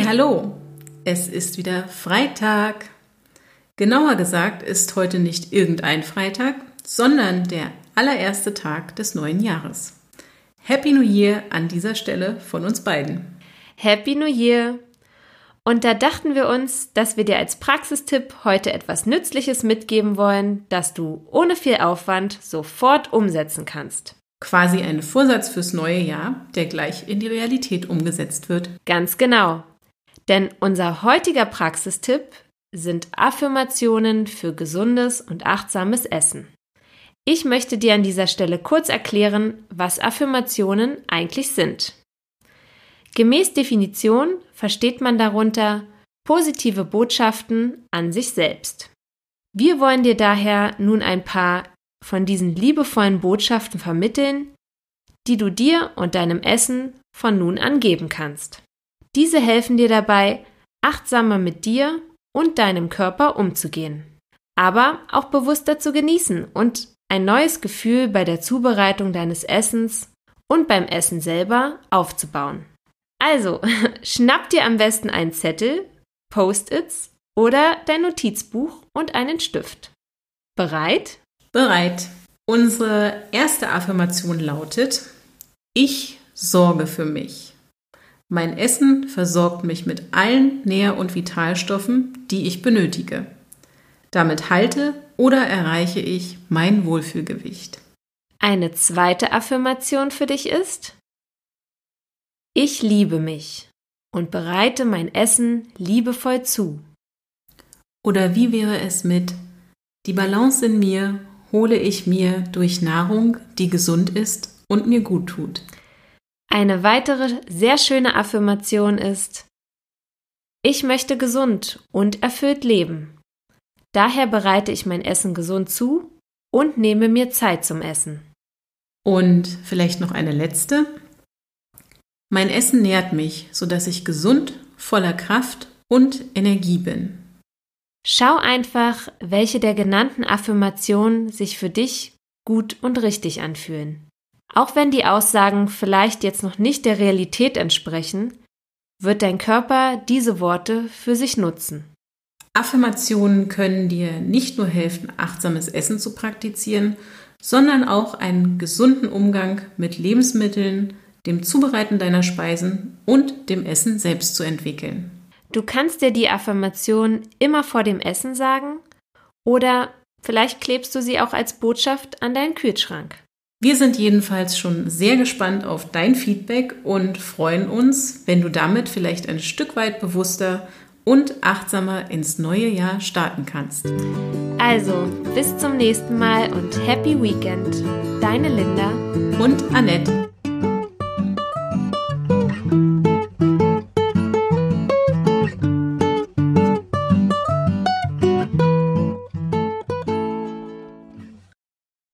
Hallo, es ist wieder Freitag. Genauer gesagt ist heute nicht irgendein Freitag, sondern der allererste Tag des neuen Jahres. Happy New Year an dieser Stelle von uns beiden. Happy New Year! Und da dachten wir uns, dass wir dir als Praxistipp heute etwas Nützliches mitgeben wollen, das du ohne viel Aufwand sofort umsetzen kannst. Quasi ein Vorsatz fürs neue Jahr, der gleich in die Realität umgesetzt wird. Ganz genau. Denn unser heutiger Praxistipp sind Affirmationen für gesundes und achtsames Essen. Ich möchte dir an dieser Stelle kurz erklären, was Affirmationen eigentlich sind. Gemäß Definition versteht man darunter positive Botschaften an sich selbst. Wir wollen dir daher nun ein paar von diesen liebevollen Botschaften vermitteln, die du dir und deinem Essen von nun an geben kannst. Diese helfen dir dabei, achtsamer mit dir und deinem Körper umzugehen, aber auch bewusster zu genießen und ein neues Gefühl bei der Zubereitung deines Essens und beim Essen selber aufzubauen. Also, schnapp dir am besten einen Zettel, Post-its oder dein Notizbuch und einen Stift. Bereit? Bereit. Unsere erste Affirmation lautet: Ich sorge für mich. Mein Essen versorgt mich mit allen Nähr- und Vitalstoffen, die ich benötige. Damit halte oder erreiche ich mein Wohlfühlgewicht. Eine zweite Affirmation für dich ist: Ich liebe mich und bereite mein Essen liebevoll zu. Oder wie wäre es mit: Die Balance in mir hole ich mir durch Nahrung, die gesund ist und mir gut tut. Eine weitere sehr schöne Affirmation ist: Ich möchte gesund und erfüllt leben. Daher bereite ich mein Essen gesund zu und nehme mir Zeit zum Essen. Und vielleicht noch eine letzte: Mein Essen nährt mich, sodass ich gesund, voller Kraft und Energie bin. Schau einfach, welche der genannten Affirmationen sich für dich gut und richtig anfühlen. Auch wenn die Aussagen vielleicht jetzt noch nicht der Realität entsprechen, wird dein Körper diese Worte für sich nutzen. Affirmationen können dir nicht nur helfen, achtsames Essen zu praktizieren, sondern auch einen gesunden Umgang mit Lebensmitteln, dem Zubereiten deiner Speisen und dem Essen selbst zu entwickeln. Du kannst dir die Affirmation immer vor dem Essen sagen oder vielleicht klebst du sie auch als Botschaft an deinen Kühlschrank. Wir sind jedenfalls schon sehr gespannt auf dein Feedback und freuen uns, wenn du damit vielleicht ein Stück weit bewusster und achtsamer ins neue Jahr starten kannst. Also, bis zum nächsten Mal und Happy Weekend. Deine Linda und Annette.